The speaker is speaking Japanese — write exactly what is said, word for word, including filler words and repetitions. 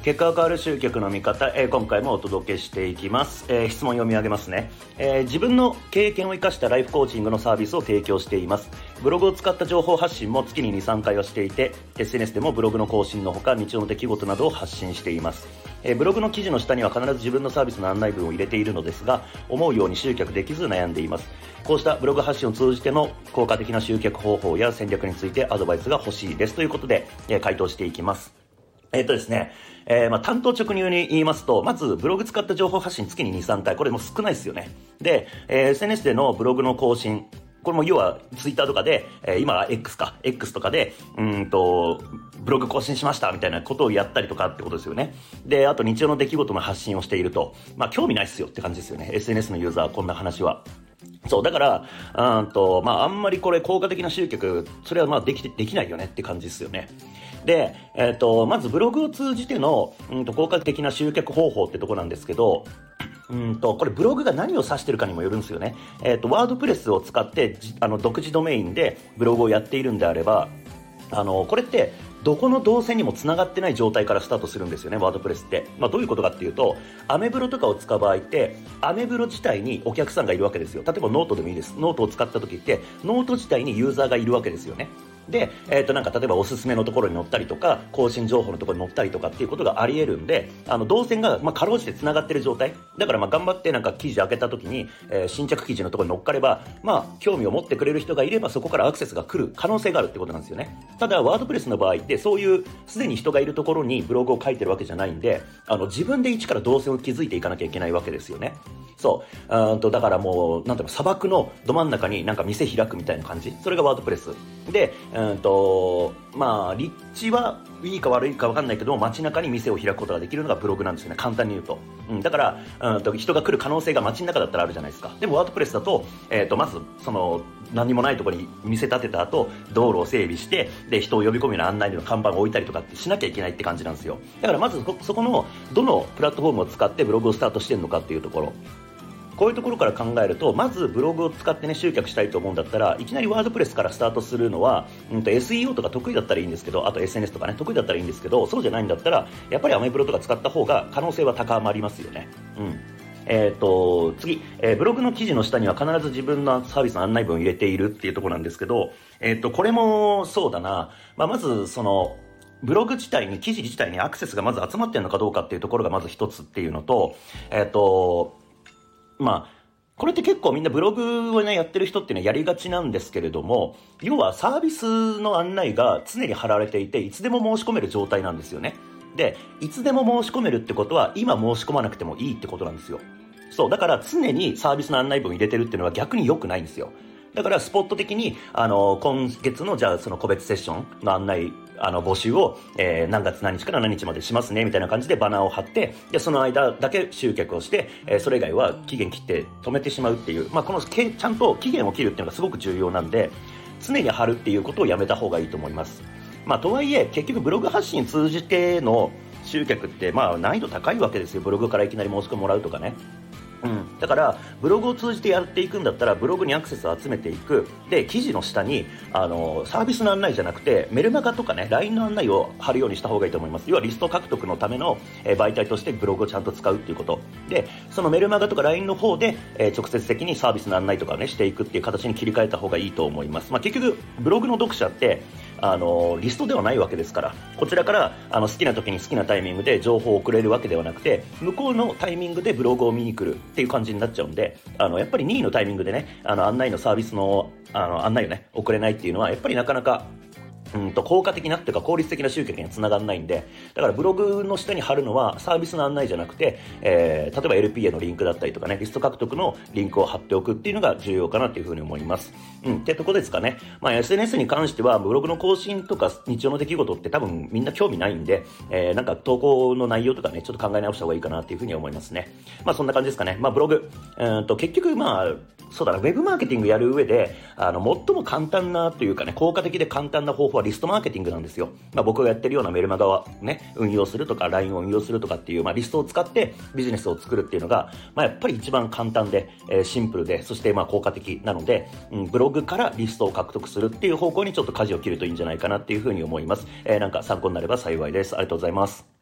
結果が変わる集客の見方、えー、今回もお届けしていきます。えー、質問読み上げますね。えー、自分の経験を生かしたライフコーチングのサービスを提供しています。ブログを使った情報発信も月にに、さんかいはしていて、 エスエヌエス でもブログの更新のほか日常の出来事などを発信しています。えー、ブログの記事の下には必ず自分のサービスの案内文を入れているのですが、思うように集客できず悩んでいます。こうしたブログ発信を通じての効果的な集客方法や戦略についてアドバイスが欲しいですということで、えー、回答していきます。えっとですね、えー、まあ単刀直入に言いますと、まずブログ使った情報発信月にに、さんかい、これも少ないですよね。で、えー、エスエヌエス でのブログの更新、これも要はツイッターとかで、えー、今は X か X とかでうんとブログ更新しましたみたいなことをやったりとかってことですよね。で、あと日常の出来事の発信をしていると、まあ興味ないっすよって感じですよね。 エスエヌエス のユーザーはこんな話は。そうだからうんと、まあ、あんまりこれ効果的な集客、それはまあできてできないよねって感じですよね。で、えー、とまずブログを通じてのうんと効果的な集客方法ってとこなんですけど、うんとこれブログが何を指してるかにもよるんですよね。えー、とワードプレスを使ってあの独自ドメインでブログをやっているんであれば、あのこれってどこの動線にもつながってない状態からスタートするんですよね、ワードプレスって。まあ、どういうことかっていうと、アメブロとかを使う場合ってアメブロ自体にお客さんがいるわけですよ。例えばノートでもいいです。ノートを使った時ってノート自体にユーザーがいるわけですよね。で、えー、となんか例えばおすすめのところに載ったりとか更新情報のところに載ったりとかっていうことがあり得るんで、あの動線がまあかろうじてつながってる状態だから、まあ頑張ってなんか記事開けた時に、えー、新着記事のところに乗っかれば、まあ興味を持ってくれる人がいればそこからアクセスが来る可能性があるってことなんですよね。ただワードプレスの場合ってそういうすでに人がいるところにブログを書いてるわけじゃないんで、あの自分で一から動線を築いていかなきゃいけないわけですよね。そううんとだからもうなんていうの、砂漠のど真ん中になんか店開くみたいな感じ、それがワードプレスで、うんとまあ立地はいいか悪いか分かんないけど街中に店を開くことができるのがブログなんですよね、簡単に言うと。うん、だからうんと人が来る可能性が街の中だったらあるじゃないですか。でもワードプレスだと、えー、とまずその何もないところに店建てた後道路を整備してで人を呼び込むような案内の看板を置いたりとかってしなきゃいけないって感じなんですよ。だからまずそこのどのプラットフォームを使ってブログをスタートしてるのかっていうところ、こういうところから考えると、まずブログを使ってね集客したいと思うんだったら、いきなりワードプレスからスタートするのは、うんと エスイーオー とか得意だったらいいんですけど、あと エスエヌエス とかね得意だったらいいんですけど、そうじゃないんだったらやっぱりアメブロとか使った方が可能性は高まりますよね。うんえー、と次、えー、ブログの記事の下には必ず自分のサービスの案内文を入れているっていうところなんですけど、えー、とこれもそうだな、まあ、まずそのブログ自体に記事自体にアクセスがまず集まってるのかどうかっていうところがまず一つっていうのと、えっ、ー、とまあこれって結構みんなブログをねやってる人っていうのはやりがちなんですけれども、要はサービスの案内が常に貼られていていつでも申し込める状態なんですよね。で、いつでも申し込めるってことは今申し込まなくてもいいってことなんですよ。そうだから常にサービスの案内文を入れてるっていうのは逆に良くないんですよ。だからスポット的にあの今月のじゃあその個別セッションの案内あの募集を、えー、何月何日から何日までしますねみたいな感じでバナーを貼って、でその間だけ集客をして、えー、それ以外は期限切って止めてしまうっていう、まあ、このけちゃんと期限を切るっていうのがすごく重要なんで、常に貼るっていうことをやめた方がいいと思います。まあ、とはいえ結局ブログ発信通じての集客ってまあ難易度高いわけですよ。ブログからいきなり申し込みもらうとかね。うん、だからブログを通じてやっていくんだったらブログにアクセスを集めていく。で記事の下にあのサービスの案内じゃなくてメルマガとかね ライン の案内を貼るようにした方がいいと思います。要はリスト獲得のための、えー、媒体としてブログをちゃんと使うっていうことで、そのメルマガとか ライン の方で、えー、直接的にサービスの案内とかをねしていくっていう形に切り替えた方がいいと思います。まあ、結局ブログの読者ってあのリストではないわけですから、こちらからあの好きな時に好きなタイミングで情報を送れるわけではなくて、向こうのタイミングでブログを見に来るっていう感じになっちゃうんで、あのやっぱり任意のタイミングでねあの案内のサービスの、あの案内をね送れないっていうのはやっぱりなかなかうんと効果的なっていうか効率的な集客にはつながらないんで、だからブログの下に貼るのはサービスの案内じゃなくて、えー、例えば エルピーエー のリンクだったりとかねリスト獲得のリンクを貼っておくっていうのが重要かなというふうに思います。うんってとこですかね。まあ エスエヌエス に関してはブログの更新とか日常の出来事って多分みんな興味ないんで、えー、なんか投稿の内容とかねちょっと考え直した方がいいかなっていうふうに思いますね。まあそんな感じですかね。まあブログうんと結局まあそうだな、ウェブマーケティングやる上であの最も簡単なというかね効果的で簡単な方法はリストマーケティングなんですよ。まあ、僕がやってるようなメルマガをね運用するとか ライン を運用するとかっていう、まあ、リストを使ってビジネスを作るっていうのが、まあ、やっぱり一番簡単で、えー、シンプルでそしてまあ効果的なので、うん、ブログからリストを獲得するっていう方向にちょっと舵を切るといいんじゃないかなっていうふうに思います。えー、なんか参考になれば幸いです。ありがとうございます。